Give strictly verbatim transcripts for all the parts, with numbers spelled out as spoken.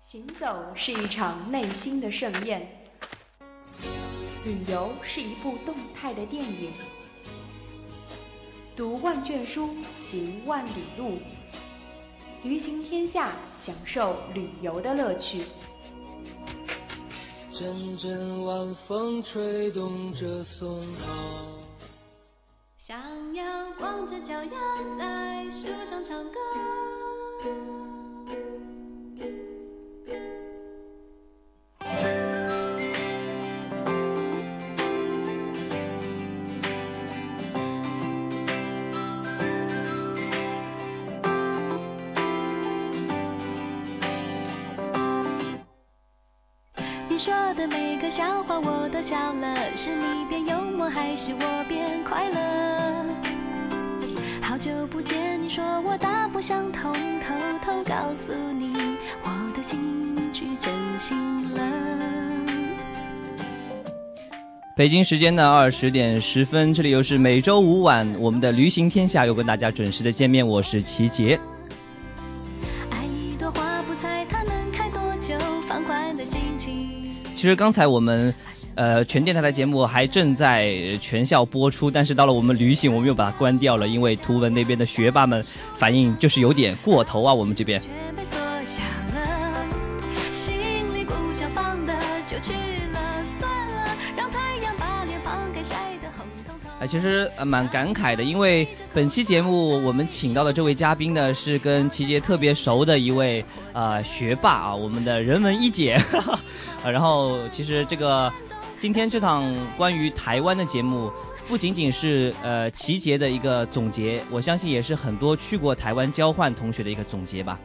行走是一场内心的盛宴，旅游是一部动态的电影。读万卷书，行万里路，旅行天下，享受旅游的乐趣。 阵阵晚风吹动着松涛， 想要光着脚丫在树上唱歌。你说的每个笑话我都笑了，是你变幽默还是我变快乐？好久不见，你说我大不相同，偷偷告诉你我的兴趣真心了。 北京时间的二十点十分，这里又是每周五晚我们的旅行天下，又跟大家准时的见面，我是齐杰。 爱一朵花不猜它能开多久，放宽的心情。 其实刚才我们呃全电台的节目还正在全校播出，但是到了我们旅行我们又把它关掉了，因为图文那边的学霸们反应就是有点过头啊，我们这边哎，其实呃蛮感慨的，因为本期节目我们请到的这位嘉宾呢，是跟齐杰特别熟的一位呃学霸啊，我们的人文一姐。呃、然后其实这个今天这档关于台湾的节目，不仅仅是呃齐杰的一个总结，我相信也是很多去过台湾交换同学的一个总结吧。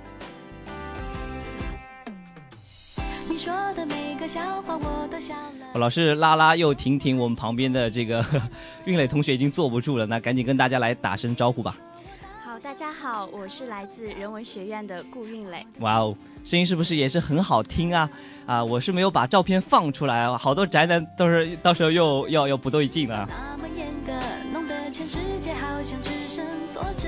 你说的每个笑话我都笑了。 老师拉拉又婷婷，我们旁边的这个韵磊同学已经坐不住了，那赶紧跟大家来打声招呼吧。 好，大家好，我是来自人文学院的顾韵磊。 哇哦，声音是不是也是很好听啊？啊，我是没有把照片放出来，好多宅男都是到时候又要要不对劲了。 那么严格，弄得全世界好像只剩挫折。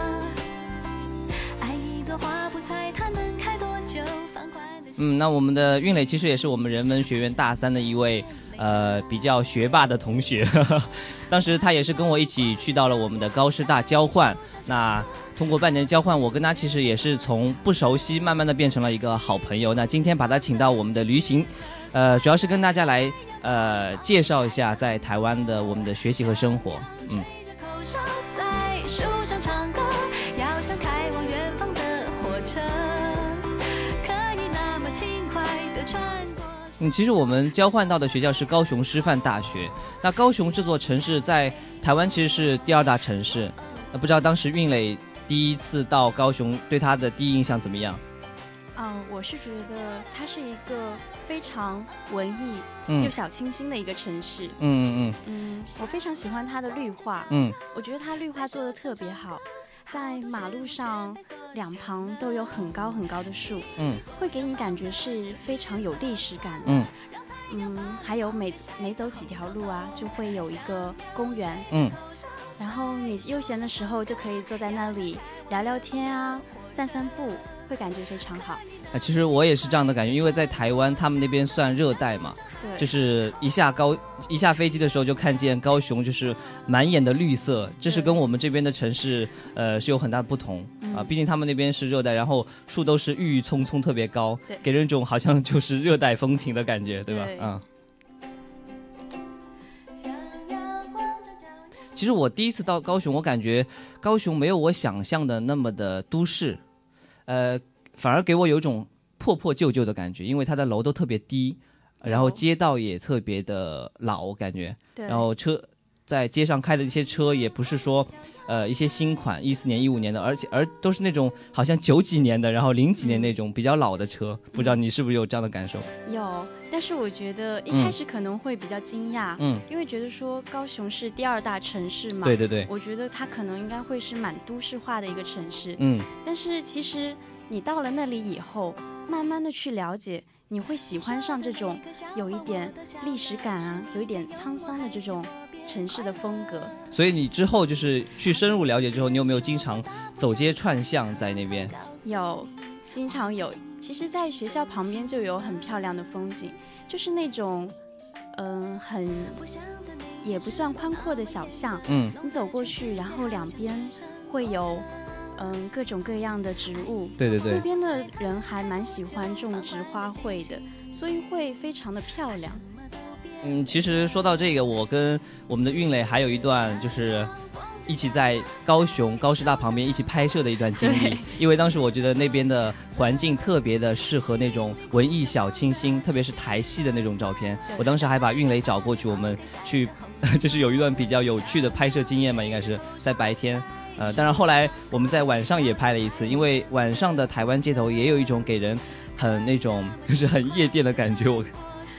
爱一朵花不猜它能开多久，放宽的心。 嗯，那我们的韵磊其实也是我们人文学院大三的一位呃比较学霸的同学。当时他也是跟我一起去到了我们的高师大交换，那通过半年交换，我跟他其实也是从不熟悉慢慢的变成了一个好朋友。那今天把他请到我们的旅行，呃主要是跟大家来呃介绍一下在台湾的我们的学习和生活。嗯， 在树上唱歌，要像开往远方的火车，可以那么轻快地穿过。 嗯，其实我们交换到的学校是高雄师范大学。那高雄这座城市在台湾其实是第二大城市。那不知道当时韵磊第一次到高雄，对他的第一印象怎么样？ 嗯，我是觉得它是一个非常文艺又小清新的一个城市。 嗯嗯嗯嗯，我非常喜欢它的绿化。 嗯， 我觉得它绿化做得特别好，在马路上两旁都有很高很高的树， 嗯， 会给你感觉是非常有历史感的。 嗯嗯，还有每每走几条路啊，就会有一个公园。 嗯， 然后你悠闲的时候就可以坐在那里聊聊天啊，散散步，会感觉非常好。 啊，其实我也是这样的感觉，因为在台湾他们那边算热带嘛， 对， 就是一下高一下飞机的时候就看见高雄就是满眼的绿色，这是跟我们这边的城市呃是有很大的不同啊，毕竟他们那边是热带，然后树都是郁郁葱葱特别高，给人一种好像就是热带风情的感觉，对吧？ 对嗯。其实我第一次到高雄，我感觉高雄没有我想象的那么的都市，呃，反而给我有一种破破旧旧的感觉，因为它的楼都特别低，然后街道也特别的老，我感觉，然后车在街上开的一些车也不是说，呃，一些新款一四年、一五年的，而且而都是那种好像九几年的，然后零几年那种比较老的车，不知道你是不是有这样的感受？ 有。但是我觉得一开始可能会比较惊讶，嗯，因为觉得说高雄是第二大城市嘛， 对对对， 我觉得它可能应该会是蛮都市化的一个城市， 嗯， 但是其实你到了那里以后，慢慢的去了解，你会喜欢上这种有一点历史感啊，有一点沧桑的这种城市的风格。 所以你之后就是去深入了解之后，你有没有经常走街串巷在那边？ 有。 经常有。其实，在学校旁边就有很漂亮的风景，就是那种，嗯、呃，很也不算宽阔的小巷。 嗯， 你走过去，然后两边会有，嗯、呃，各种各样的植物。 对对对， 那边的人还蛮喜欢种植花卉的，所以会非常的漂亮。 嗯，其实说到这个，我跟我们的韵蕾还有一段就是一起在高雄高师大旁边一起拍摄的一段经历，因为当时我觉得那边的环境特别的适合那种文艺小清新，特别是台戏的那种照片。我当时还把韵蕾找过去，我们去就是有一段比较有趣的拍摄经验嘛，应该是在白天。呃，当然后来我们在晚上也拍了一次，因为晚上的台湾街头也有一种给人很那种就是很夜店的感觉。我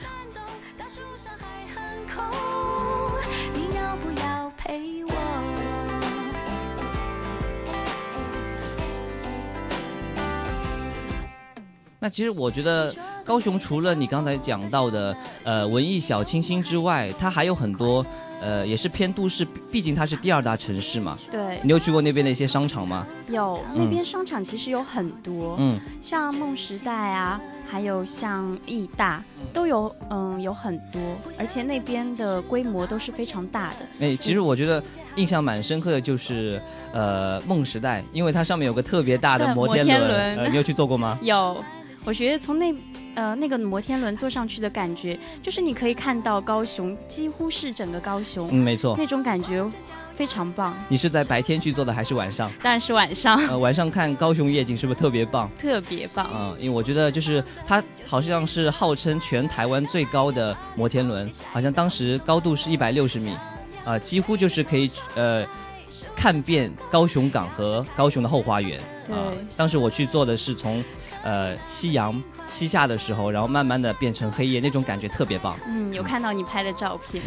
那其实我觉得高雄除了你刚才讲到的呃文艺小清新之外，它还有很多呃也是偏都市，毕竟它是第二大城市嘛。 对。 你有去过那边的一些商场吗？ 有，那边商场其实有很多，嗯，像梦时代啊，还有像义大，都有，嗯，有很多，而且那边的规模都是非常大的。 哎，其实我觉得印象蛮深刻的就是呃梦时代，因为它上面有个特别大的摩天轮， 摩天轮呃，你有去坐过吗？ 有。我觉得从那呃那个摩天轮坐上去的感觉，就是你可以看到高雄，几乎是整个高雄。 嗯，没错， 那种感觉非常棒。 你是在白天去做的还是晚上？ 当然是晚上。 呃，晚上看高雄夜景是不是特别棒？ 特别棒。 嗯，因为我觉得就是它好像是号称全台湾最高的摩天轮，好像当时高度是一百六十米，啊、呃，几乎就是可以呃看遍高雄港和高雄的后花园。 对、 呃，当时我去做的是从。呃，夕阳西下的时候，然后慢慢的变成黑夜，那种感觉特别棒。 嗯，有看到你拍的照片。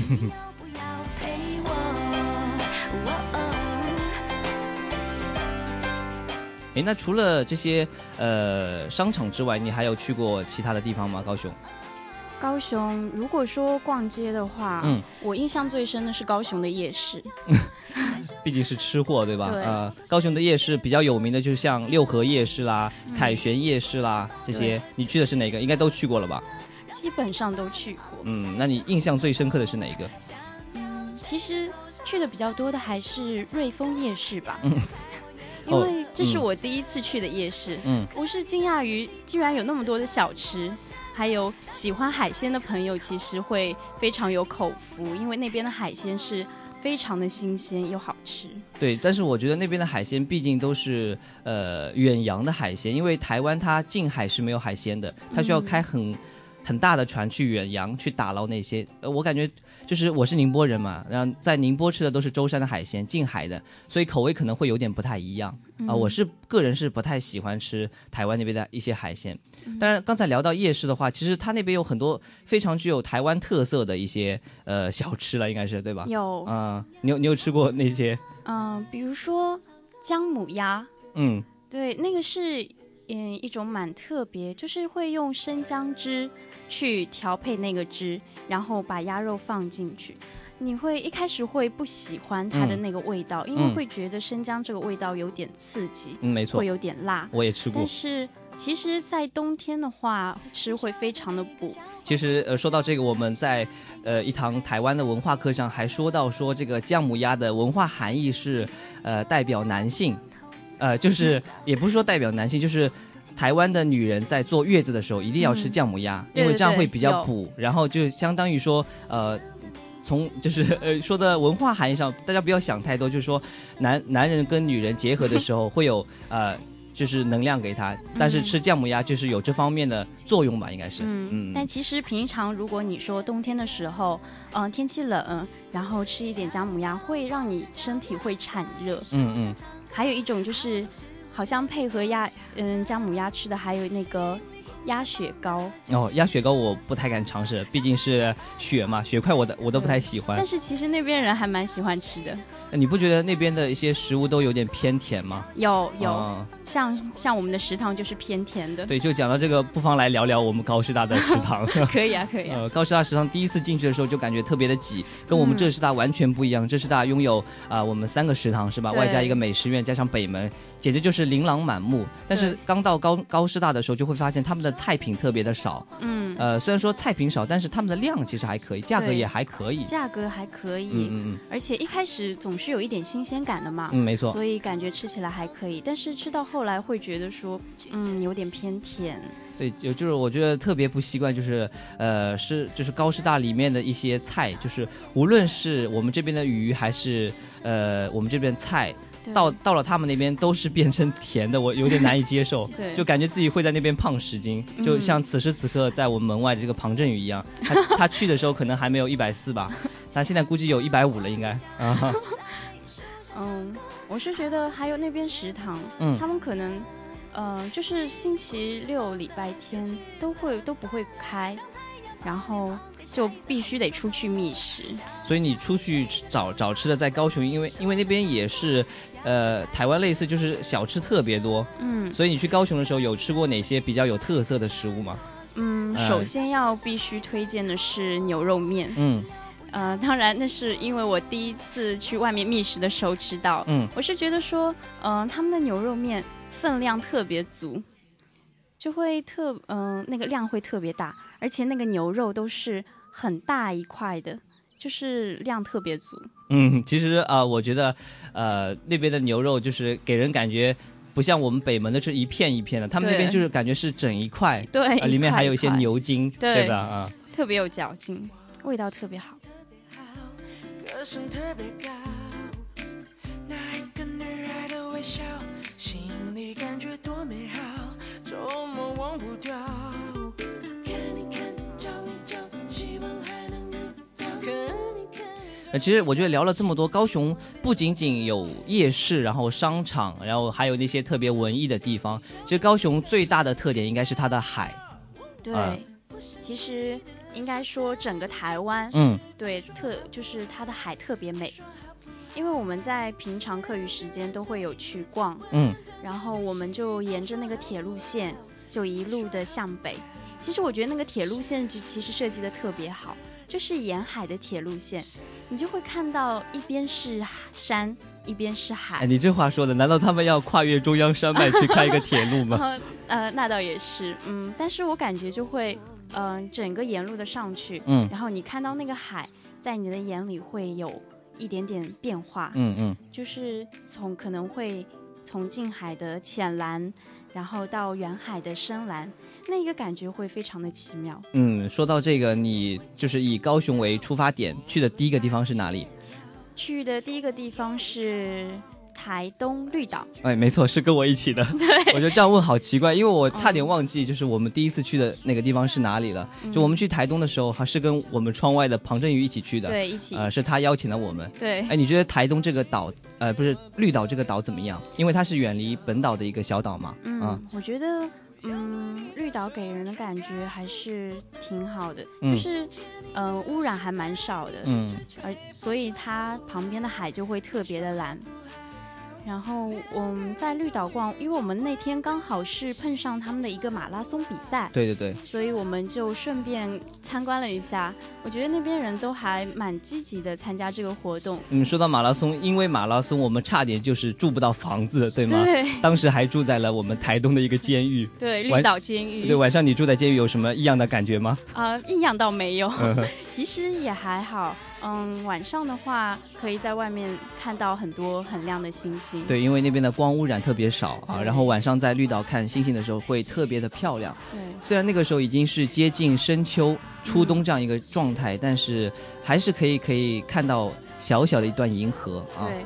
哎，那除了这些呃商场之外，你还有去过其他的地方吗？高雄？ 高雄，如果说逛街的话，嗯，我印象最深的是高雄的夜市。 毕竟是吃货，对吧？ 对。 呃，高雄的夜市比较有名的，就是像六合夜市啦、嗯、凯旋夜市啦这些。你去的是哪个？应该都去过了吧？ 基本上都去过。 嗯，那你印象最深刻的是哪一个？ 嗯，其实去的比较多的还是瑞丰夜市吧。嗯。因为这是我第一次去的夜市。嗯。我是惊讶于居然有那么多的小吃。还有喜欢海鲜的朋友其实会非常有口福，因为那边的海鲜是非常的新鲜又好吃。 对，但是我觉得那边的海鲜毕竟都是呃远洋的海鲜，因为台湾它近海是没有海鲜的，它需要开很、嗯、很大的船去远洋去打捞那些。呃，我感觉就是我是宁波人嘛，然后在宁波吃的都是舟山的海鲜，近海的，所以口味可能会有点不太一样。啊、呃，我是个人是不太喜欢吃台湾那边的一些海鲜。当然，刚才聊到夜市的话，其实它那边有很多非常具有台湾特色的一些呃小吃了，应该是对吧？ 有啊、呃，你有你有吃过那些？ 嗯、呃，比如说姜母鸭。 嗯， 对，那个是嗯一种蛮特别，就是会用生姜汁去调配那个汁，然后把鸭肉放进去。你会一开始会不喜欢它的那个味道，嗯、因为会觉得生姜这个味道有点刺激， 嗯，没错， 会有点辣。 我也吃过， 但是其实，在冬天的话，吃会非常的补。 其实，呃，说到这个，我们在呃一堂台湾的文化课上还说到说，这个姜母鸭的文化含义是，呃，代表男性，呃，就是也不是说代表男性，就是台湾的女人在坐月子的时候一定要吃姜母鸭，嗯、因为这样会比较补，然后就相当于说，呃。从就是呃说的文化含义上，大家不要想太多，就是说男男人跟女人结合的时候会有呃就是能量给他，但是吃姜母鸭就是有这方面的作用吧，应该是。 嗯嗯。但其实平常如果你说冬天的时候，嗯、呃、天气冷，然后吃一点姜母鸭会让你身体会产热。 嗯嗯。 还有一种就是好像配合鸭嗯姜母鸭吃的还有那个鸭雪糕。 哦，鸭雪糕我不太敢尝试，毕竟是雪嘛，雪块我的我都不太喜欢。 但是其实那边人还蛮喜欢吃的。 你不觉得那边的一些食物都有点偏甜吗？ 有有， 哦、 像像我们的食堂就是偏甜的。 对，就讲到这个，不妨来聊聊我们高师大的食堂。 可以啊，可以啊。 呃，高师大食堂第一次进去的时候就感觉特别的挤，跟我们浙师大完全不一样。浙、嗯、师大拥有啊、呃、我们三个食堂是吧，外加一个美食院，加上北门，简直就是琳琅满目。但是刚到高高师大的时候，就会发现他们的菜品特别的少。 嗯， 呃，虽然说菜品少，但是他们的量其实还可以，价格也还可以。 价格还可以。 嗯嗯嗯。 而且一开始总是有一点新鲜感的嘛。 嗯，没错。 所以感觉吃起来还可以，但是吃到后来会觉得说，嗯，有点偏甜。 对，就就是我觉得特别不习惯，就是呃，是就是高师大里面的一些菜，就是无论是我们这边的鱼还是呃我们这边菜，到到了他们那边都是变成甜的，我有点难以接受。 对， 就感觉自己会在那边胖十斤，就像此时此刻在我们门外的这个庞振宇一样，他他去的时候可能还没有一百四吧，他现在估计有一百五了应该啊。 嗯，我是觉得还有那边食堂，嗯，他们可能。呃，就是星期六、礼拜天都会都不会开，然后就必须得出去觅食。 所以你出去找找吃的，在高雄，因为因为那边也是，呃，台湾类似就是小吃特别多， 嗯， 所以你去高雄的时候有吃过哪些比较有特色的食物吗？ 嗯，呃、首先要必须推荐的是牛肉面， 嗯。 呃，当然那是因为我第一次去外面觅食的时候吃到， 嗯， 我是觉得说，嗯、呃，他们的牛肉面分量特别足，就会特，嗯、呃，那个量会特别大，而且那个牛肉都是很大一块的，就是量特别足。 嗯，其实啊、呃，我觉得，呃，那边的牛肉就是给人感觉不像我们北门的是一片一片的，他们那边就是感觉是整一块， 对， 呃、里面还有一些牛筋， 对, 对吧？啊， 特别有嚼劲，味道特别好。 歌声特别高，那一个女孩的微笑，心里感觉多美好，周末忘不掉。看你看，找一找，希望还能遇到。看你看。 呃，其实我觉得聊了这么多，高雄不仅仅有夜市，然后商场，然后还有那些特别文艺的地方。其实高雄最大的特点应该是它的海。 对，呃、其实。应该说整个台湾， 嗯， 对，特就是它的海特别美，因为我们在平常课余时间都会有去逛， 嗯， 然后我们就沿着那个铁路线就一路的向北。其实我觉得那个铁路线就其实设计的特别好，就是沿海的铁路线，你就会看到一边是山，一边是海。 哎，你这话说的，难道他们要跨越中央山脉去开一个铁路吗？ 呃, 呃，那倒也是，嗯，但是我感觉就会。嗯、呃，整个沿路的上去， 嗯， 然后你看到那个海，在你的眼里会有一点点变化， 嗯嗯， 就是从可能会从近海的浅蓝，然后到远海的深蓝，那个感觉会非常的奇妙。 嗯，说到这个，你就是以高雄为出发点去的第一个地方是哪里？ 去的第一个地方是台东绿岛。 哎，没错，是跟我一起的。 对， 我觉得这样问好奇怪，因为我差点忘记，就是我们第一次去的那个地方是哪里了。嗯、就我们去台东的时候，还是跟我们窗外的庞振宇一起去的。 对，一起。 呃，是他邀请了我们。 对。 哎，你觉得台东这个岛，呃，不是绿岛这个岛怎么样？因为它是远离本岛的一个小岛嘛。 嗯，啊、我觉得。嗯，绿岛给人的感觉还是挺好的， 嗯、 就是，呃，污染还蛮少的， 嗯， 而所以它旁边的海就会特别的蓝。然后我们在绿岛逛，因为我们那天刚好是碰上他们的一个马拉松比赛， 对对对， 所以我们就顺便参观了一下。我觉得那边人都还蛮积极的参加这个活动。 嗯，说到马拉松，因为马拉松我们差点就是住不到房子，对吗？ 对， 当时还住在了我们台东的一个监狱， 对，绿岛监狱。 对，晚上你住在监狱有什么异样的感觉吗？ 啊、呃，异样倒没有，其实也还好。嗯，晚上的话可以在外面看到很多很亮的星星。 对，因为那边的光污染特别少啊，然后晚上在绿岛看星星的时候会特别的漂亮。 对， 虽然那个时候已经是接近深秋、初冬这样一个状态，嗯、但是还是可以可以看到小小的一段银河啊对啊。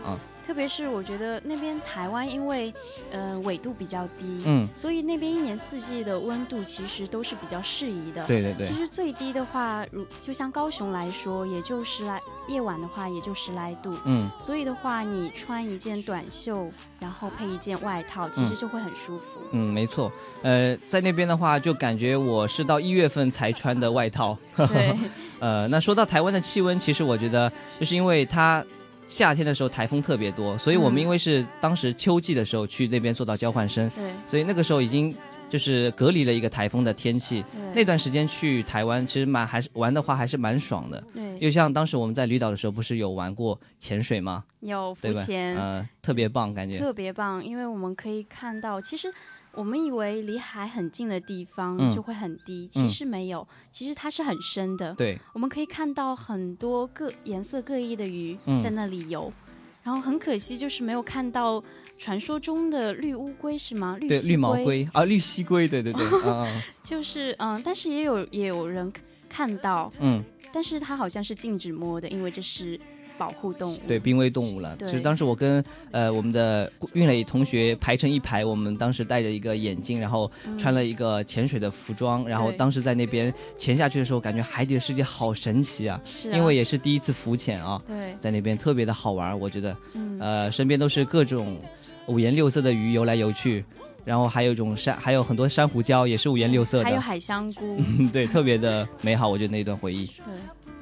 特别是我觉得那边台湾因为呃纬度比较低， 嗯， 所以那边一年四季的温度其实都是比较适宜的。 对对对。 其实最低的话，如就像高雄来说，也就十来，夜晚的话也就十来度。 嗯， 所以的话，你穿一件短袖，然后配一件外套，其实就会很舒服。 嗯，没错。呃，在那边的话，就感觉我是到一月份才穿的外套。 对。 呃，那说到台湾的气温，其实我觉得就是因为它夏天的时候台风特别多，所以我们因为是当时秋季的时候去那边做到交换生， 对， 所以那个时候已经就是隔离了一个台风的天气。那段时间去台湾，其实蛮还是玩的话还是蛮爽的。 对， 因为像当时我们在绿岛的时候，不是有玩过潜水吗？ 有浮潜， 呃，特别棒，感觉特别棒，因为我们可以看到，其实。我们以为离海很近的地方就会很低，嗯、其实没有，其实它是很深的。 对， 我们可以看到很多各颜色各异的鱼在那里游，嗯、然后很可惜就是没有看到传说中的绿乌龟，是吗？绿对，绿毛龟啊，绿蜥龟，对对对，嗯、 就是嗯，但是也有也有人看到，嗯，但是它好像是禁止摸的，因为这是。保护动物， 对，濒危动物了。其实当时我跟呃我们的韵磊同学排成一排，我们当时戴着一个眼镜，然后穿了一个潜水的服装，嗯、然后当时在那边潜下去的时候，感觉海底的世界好神奇啊！ 是啊， 因为也是第一次浮潜啊， 对， 在那边特别的好玩，我觉得，嗯、呃，身边都是各种五颜六色的鱼游来游去。然后还有一种珊，还有很多珊瑚礁，也是五颜六色的， 还有海香菇， 对，特别的美好，我觉得那一段回忆。 对。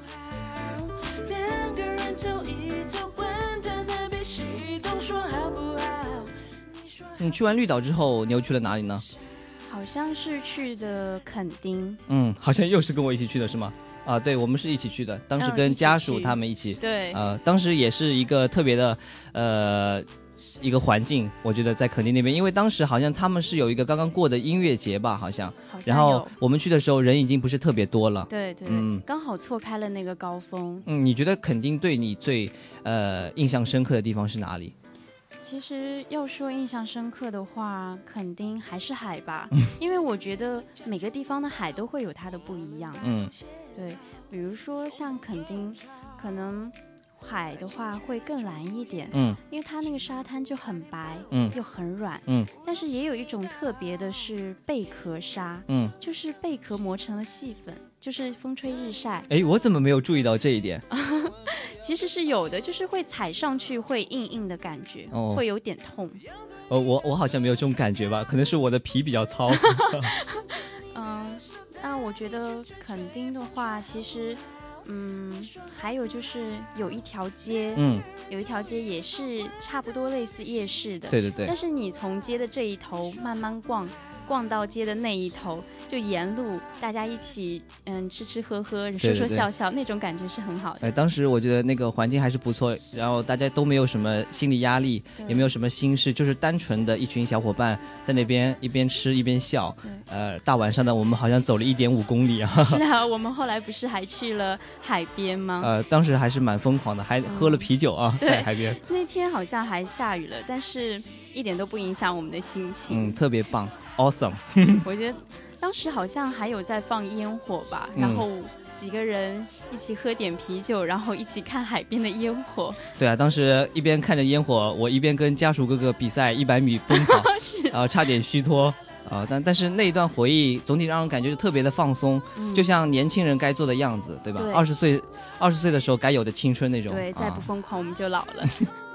你去完绿岛之后，你又去了哪里呢？ 好像是去的垦丁。 嗯，好像又是跟我一起去的是吗？啊，对，我们是一起去的，当时跟家属他们一起。 嗯、一起对。 呃，当时也是一个特别的，呃。一个环境，我觉得在垦丁那边，因为当时好像他们是有一个刚刚过的音乐节吧，好像， 好像然后我们去的时候人已经不是特别多了， 对对，嗯，刚好错开了那个高峰。 嗯，你觉得垦丁对你最呃印象深刻的地方是哪里？ 其实要说印象深刻的话，肯定还是海吧，因为我觉得每个地方的海都会有它的不一样。嗯，对，比如说像垦丁，可能。海的话会更蓝一点，嗯，因为它那个沙滩就很白，嗯，又很软，嗯，但是也有一种特别的是贝壳沙，嗯，就是贝壳磨成了细粉，就是风吹日晒。 哎，我怎么没有注意到这一点？ 其实是有的，就是会踩上去会硬硬的感觉，哦、会有点痛。 哦，我我好像没有这种感觉吧，可能是我的皮比较糙。 嗯，那我觉得垦丁的话，其实。嗯，还有就是有一条街，嗯，有一条街也是差不多类似夜市的， 对对对。 但是你从街的这一头慢慢逛，逛到街的那一头，就沿路大家一起嗯吃吃喝喝，说说笑笑，对对对，那种感觉是很好的。 哎，当时我觉得那个环境还是不错，然后大家都没有什么心理压力，也没有什么心事，就是单纯的一群小伙伴在那边一边吃一边笑。呃，大晚上的我们好像走了一点五公里啊。 是啊，我们后来不是还去了海边吗？ 呃，当时还是蛮疯狂的，还喝了啤酒啊，嗯、在海边。 那天好像还下雨了，但是一点都不影响我们的心情。 嗯，特别棒。Awesome 我觉得当时好像还有在放烟火吧，然后几个人一起喝点啤酒，然后一起看海边的烟火。 对啊，当时一边看着烟火，我一边跟家属哥哥比赛一百米奔跑，然后、呃、差点虚脱啊、呃！但但是那一段回忆总体让人感觉就特别的放松、嗯，就像年轻人该做的样子，对吧？二十岁二十岁的时候该有的青春那种。 对，再不疯狂、啊、我们就老了。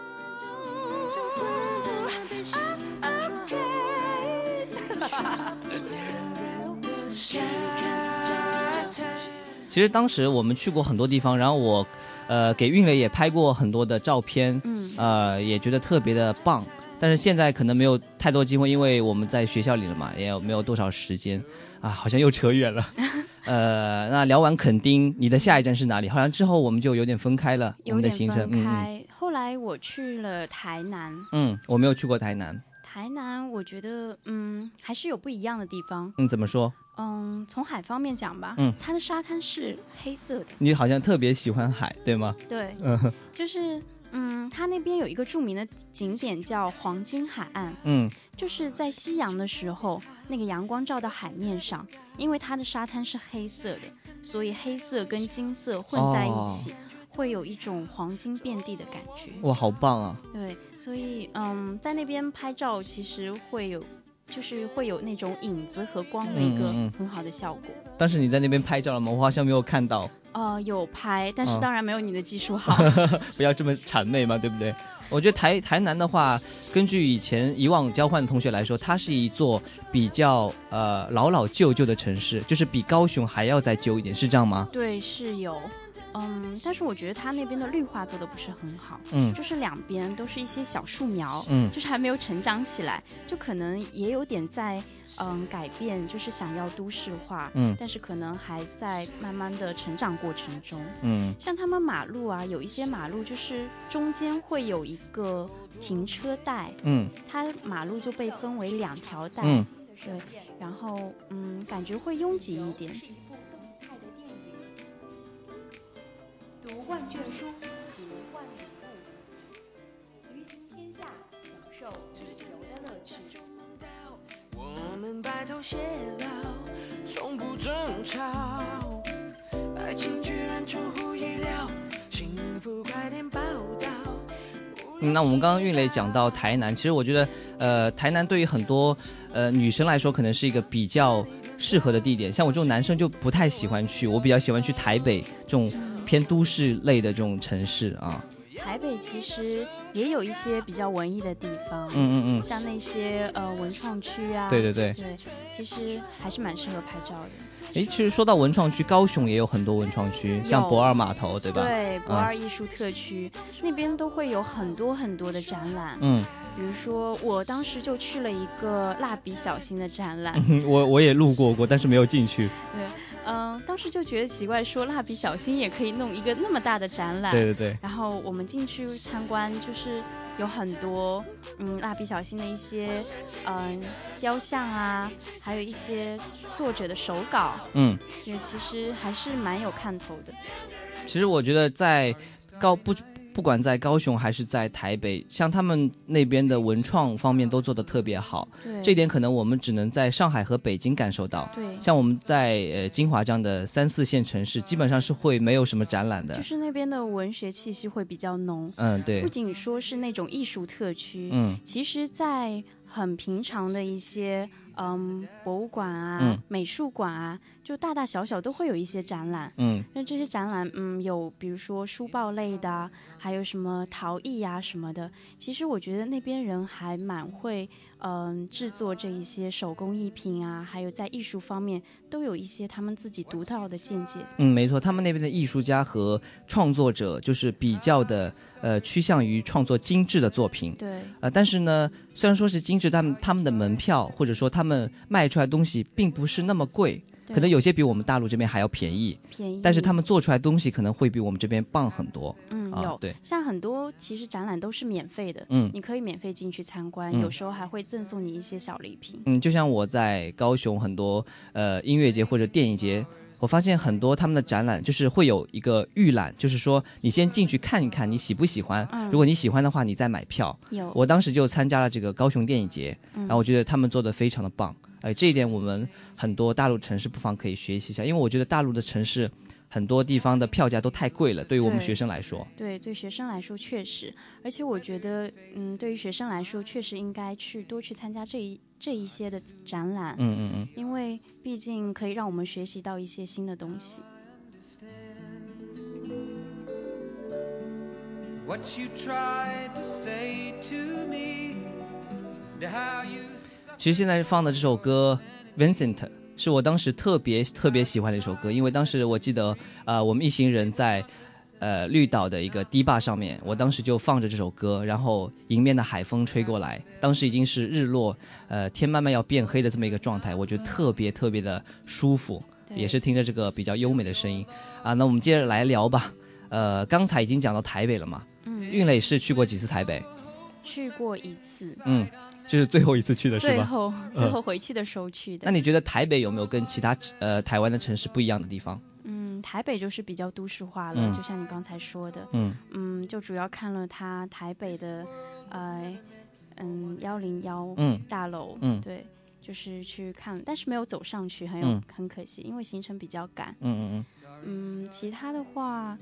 其实当时我们去过很多地方，然后我，呃，给韵磊也拍过很多的照片，嗯，呃，也觉得特别的棒。但是现在可能没有太多机会，因为我们在学校里了嘛，也有没有多少时间，啊，好像又扯远了。呃，那聊完垦丁，你的下一站是哪里？好像之后我们就有点分开了，我们的行程。 有点分开。嗯、后来我去了台南。 嗯，我没有去过台南。 台南，我觉得，嗯，还是有不一样的地方。 嗯，怎么说？ 嗯，从海方面讲吧，嗯，它的沙滩是黑色的。 你好像特别喜欢海，对吗？ 对，嗯，就是，嗯，它那边有一个著名的景点叫黄金海岸，嗯，就是在夕阳的时候，那个阳光照到海面上，因为它的沙滩是黑色的，所以黑色跟金色混在一起。哦， 会有一种黄金遍地的感觉。 哇，好棒啊！ 对，所以嗯，在那边拍照其实会有。就是会有那种影子和光的一个很好的效果。嗯嗯嗯， 当时你在那边拍照了吗？我好像没有看到。 呃，有拍，但是当然没有你的技术好。 哦、不要这么谄媚嘛，对不对？我觉得台台南的话，根据以前以往交换的同学来说，它是一座比较呃老老旧旧的城市，就是比高雄还要再旧一点，是这样吗？ 对，是有。嗯，但是我觉得它那边的绿化做的不是很好， 嗯， 就是两边都是一些小树苗， 嗯， 就是还没有成长起来，就可能也有点在嗯改变，就是想要都市化， 嗯， 但是可能还在慢慢的成长过程中， 嗯， 像他们马路啊，有一些马路就是中间会有一个停车带， 嗯， 它马路就被分为两条带， 嗯， 对，然后嗯，感觉会拥挤一点。 读万卷书，行万里路，旅行天下，享受旅游的乐趣。 我们白头偕老，从不争吵，爱情居然出乎意料，幸福快点报道。 那我们刚刚韵蕾讲到台南，其实我觉得，呃，台南对于很多呃女生来说，可能是一个比较适合的地点。像我这种男生就不太喜欢去，我比较喜欢去台北这种偏都市类的这种城市啊。 台北其实也有一些比较文艺的地方， 嗯嗯嗯， 像那些呃文创区啊， 对对对， 对，其实还是蛮适合拍照的。 诶，其实说到文创区，高雄也有很多文创区，像博二码头，对吧？ 对，博二艺术特区、嗯、那边都会有很多很多的展览。 嗯， 比如说我当时就去了一个蜡笔小新的展览， 嗯、我我也路过过，但是没有进去。 对，嗯、呃，当时就觉得奇怪，说蜡笔小新也可以弄一个那么大的展览。 对对对。 然后我们进去参观，就是有很多嗯蜡笔小新的一些嗯、呃、雕像啊，还有一些作者的手稿。 嗯， 就其实还是蛮有看头的。 其实我觉得在高不不管在高雄还是在台北，像他们那边的文创方面都做得特别好。 对， 这点可能我们只能在上海和北京感受到。 对， 像我们在呃金华这样的三四线城市，基本上是会没有什么展览的。 就是那边的文学气息会比较浓。 嗯，对。 不仅说是那种艺术特区， 嗯， 其实在很平常的一些嗯博物馆啊、 嗯、 美术馆啊，就大大小小都会有一些展览。 嗯， 那这些展览，嗯，有比如说书报类的，还有什么陶艺啊什么的。其实我觉得那边人还蛮会，嗯，制作这一些手工艺品啊，还有在艺术方面都有一些他们自己独到的见解。 嗯，没错，他们那边的艺术家和创作者就是比较的，呃，趋向于创作精致的作品。 对。 呃，但是呢，虽然说是精致，但他们的门票或者说他们卖出来的东西并不是那么贵。可能有些比我们大陆这边还要便宜， 便宜， 但是他们做出来的东西可能会比我们这边棒很多。 嗯， 啊、 有， 对， 像很多其实展览都是免费的， 嗯， 你可以免费进去参观、 嗯， 有时候还会赠送你一些小礼品。 嗯，就像我在高雄很多呃音乐节或者电影节，我发现很多他们的展览就是会有一个预览，就是说你先进去看一看，你喜不喜欢？ 嗯、 如果你喜欢的话，你再买票。 有， 我当时就参加了这个高雄电影节， 嗯、 然后我觉得他们做的非常的棒。哎，这一点我们很多大陆城市不妨可以学习一下，因为我觉得大陆的城市很多地方的票价都太贵了，对于我们学生来说。 对，对学生来说确实，而且我觉得，嗯，对于学生来说，确实应该去多去参加这一这一些的展览。 嗯嗯嗯， 因为毕竟可以让我们学习到一些新的东西。What you tried to say to me, how you 其实现在放的这首歌 Vincent 是我当时特别特别喜欢的一首歌，因为当时我记得呃我们一行人在呃绿岛的一个堤坝上面，我当时就放着这首歌，然后迎面的海风吹过来，当时已经是日落，呃天慢慢要变黑的这么一个状态，我觉得特别特别的舒服，也是听着这个比较优美的声音啊。那我们接着来聊吧，呃刚才已经讲到台北了嘛，嗯，韵蕾是去过几次台北？ 去过一次， 嗯。就是最后一次去的是吧？ 最后最后回去的时候去的。 那你觉得台北有没有跟其他呃台湾的城市不一样的地方？ 嗯，台北就是比较都市化了， 嗯、 就像你刚才说的。 嗯嗯，就主要看了它台北的呃嗯幺零幺大楼， 嗯， 对，就是去看，但是没有走上去，很有、 嗯、 很可惜，因为行程比较赶。 嗯嗯嗯。 嗯，其他的话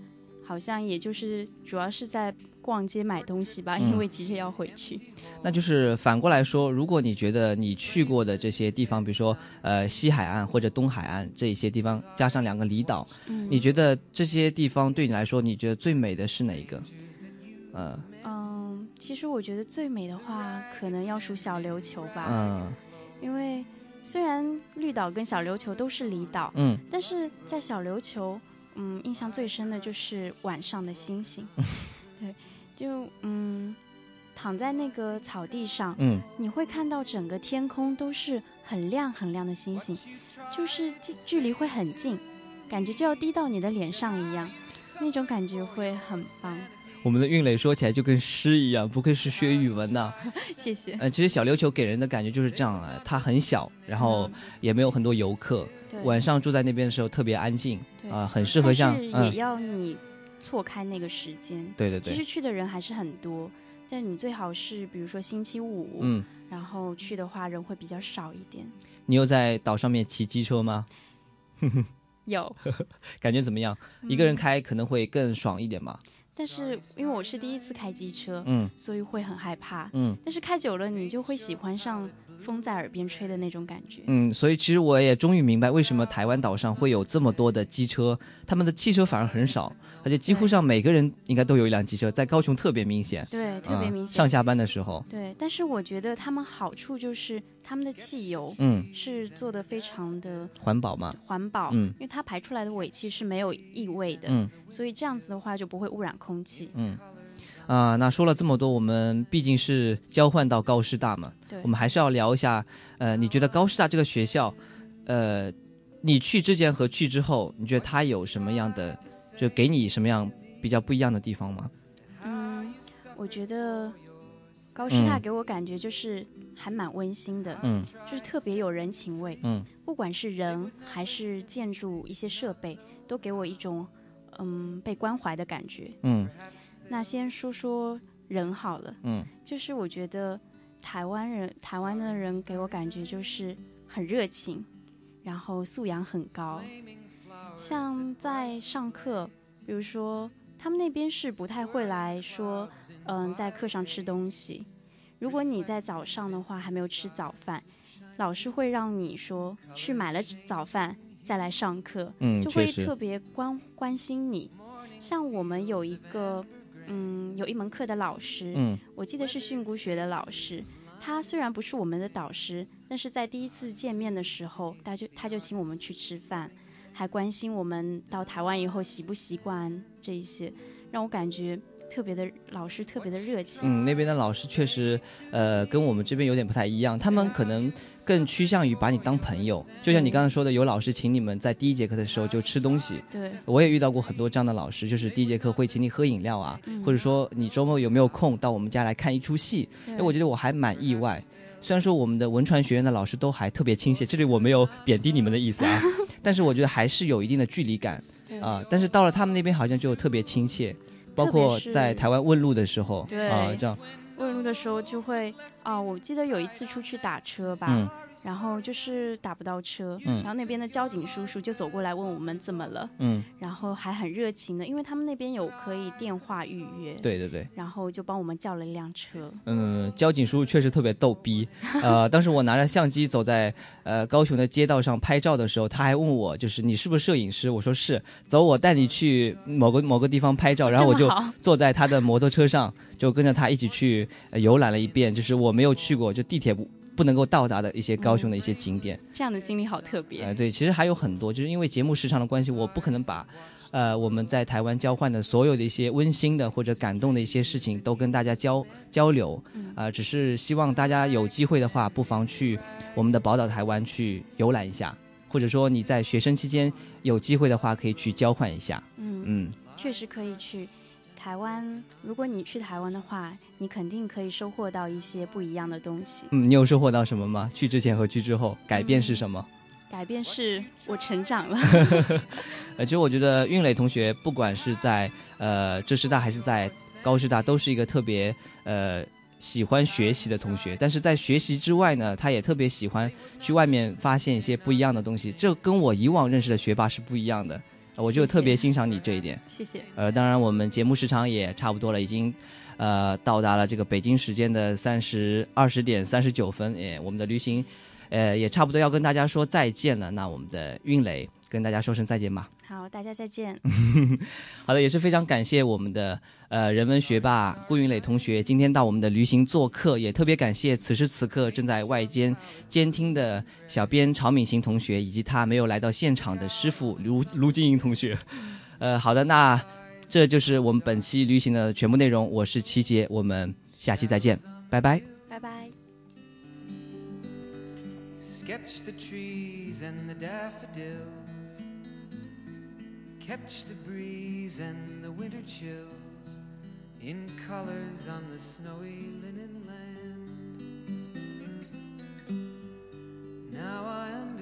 好像也就是主要是在逛街买东西吧， 嗯、 因为急着要回去。 那就是反过来说，如果你觉得你去过的这些地方，比如说呃西海岸或者东海岸这一些地方，加上两个离岛、嗯，你觉得这些地方对你来说，你觉得最美的是哪一个？呃， 嗯，其实我觉得最美的话，可能要数小琉球吧。 嗯， 因为虽然绿岛跟小琉球都是离岛， 嗯， 但是在小琉球，嗯，印象最深的就是晚上的星星。对，就嗯，躺在那个草地上， 嗯， 你会看到整个天空都是很亮很亮的星星，就是距离会很近，感觉就要滴到你的脸上一样，那种感觉会很棒。 我们的韵蕾说起来就跟诗一样，不愧是学语文的。 谢谢。 呃，其实小琉球给人的感觉就是这样啊，它很小，然后也没有很多游客， 嗯、 晚上住在那边的时候特别安静，啊、呃，很适合像。 但是也要你错开那个时间。 嗯、对对对。 其实去的人还是很多，但你最好是比如说星期五， 嗯， 然后去的话人会比较少一点。 你有在岛上面骑机车吗？ 有。 感觉怎么样？一个人开可能会更爽一点吧。 但是因为我是第一次开机车， 嗯， 所以会很害怕， 嗯， 但是开久了你就会喜欢上风在耳边吹的那种感觉， 嗯，所以其实我也终于明白为什么台湾岛上会有这么多的机车，他们的汽车反而很少，而且几乎上每个人应该都有一辆机车，在高雄特别明显， 对，特别明显、 嗯，上下班的时候， 对，但是我觉得他们好处就是他们的汽油， 嗯， 是做的非常的环保嘛， 环保， 嗯， 因为它排出来的尾气是没有异味的， 嗯， 所以这样子的话就不会污染空气， 嗯。啊、呃，那说了这么多，我们毕竟是交换到高师大嘛， 对， 我们还是要聊一下，呃，你觉得高师大这个学校，呃，你去之前和去之后，你觉得它有什么样的，就给你什么样比较不一样的地方吗？ 嗯，我觉得高师大给我感觉就是还蛮温馨的， 嗯， 就是特别有人情味， 嗯， 不管是人还是建筑一些设备，都给我一种嗯被关怀的感觉， 嗯。 那先说说人好了， 嗯， 就是我觉得台湾人，台湾的人给我感觉就是很热情，然后素养很高。像在上课，比如说他们那边是不太会来说，嗯，在课上吃东西。如果你在早上的话还没有吃早饭，老师会让你说去买了早饭再来上课， 嗯， 就会特别关关心你。像我们有一个。嗯，有一门课的老师， 嗯， 我记得是训诂学的老师。他虽然不是我们的导师，但是在第一次见面的时候，他就他就请我们去吃饭，还关心我们到台湾以后习不习惯这一些，让我感觉特别的老师特别的热情。 嗯，那边的老师确实，呃，跟我们这边有点不太一样，他们可能更趋向于把你当朋友。就像你刚才说的，有老师请你们在第一节课的时候就吃东西。 对， 我也遇到过很多这样的老师，就是第一节课会请你喝饮料啊， 嗯、 或者说你周末有没有空到我们家来看一出戏。因为我觉得我还蛮意外。虽然说我们的文传学院的老师都还特别亲切，这里我没有贬低你们的意思啊，但是我觉得还是有一定的距离感啊、呃。但是到了他们那边好像就特别亲切，包括在台湾问路的时候啊、呃，这样问路的时候就会啊、呃，我记得有一次出去打车吧。 嗯， 然后就是打不到车、 嗯， 然后那边的交警叔叔就走过来问我们怎么了， 嗯， 然后还很热情的，因为他们那边有可以电话预约， 对对对， 然后就帮我们叫了一辆车。 嗯，交警叔叔确实特别逗逼，呃，当时我拿着相机走在呃高雄的街道上拍照的时候，他还问我，就是你是不是摄影师？我说是，走，我带你去某个某个地方拍照，然后我就坐在他的摩托车上，就跟着他一起去、呃、游览了一遍，就是我没有去过，就地铁不。不能够到达的一些高雄的一些景点、嗯、 这样的经历好特别。 呃，对，其实还有很多，就是因为节目时长的关系，我不可能把呃我们在台湾交换的所有的一些温馨的或者感动的一些事情都跟大家交交流啊、呃，只是希望大家有机会的话，不妨去我们的宝岛台湾去游览一下，或者说你在学生期间有机会的话，可以去交换一下。 嗯嗯， 确实可以去。台湾，如果你去台湾的话，你肯定可以收获到一些不一样的东西。 嗯，你有收获到什么吗？去之前和去之后，改变是什么？ 嗯、改变是我成长了。 呃，其实我觉得韵蕾同学，不管是在呃浙师大还是在高师大，都是一个特别呃喜欢学习的同学。但是在学习之外呢，他也特别喜欢去外面发现一些不一样的东西。这跟我以往认识的学霸是不一样的。 我就特别欣赏你这一点。 谢谢。 呃，当然我们节目时长也差不多了，已经呃到达了这个北京时间的三十二十点三十九分，也我们的旅行呃也差不多要跟大家说再见了。那我们的韵蕾跟大家说声再见吧。 好，大家再见。 好的，也是非常感谢我们的呃人文学霸顾云蕾同学今天到我们的旅行做客，也特别感谢此时此刻正在外间监听的小编曹敏行同学，以及他没有来到现场的师傅卢卢金莹同学。呃，好的，那这就是我们本期旅行的全部内容。我是齐杰，我们下期再见，拜拜， 拜拜。 Sketch the trees and the daffodils, catch the breeze and the winter chills in colors on the snowy linen land.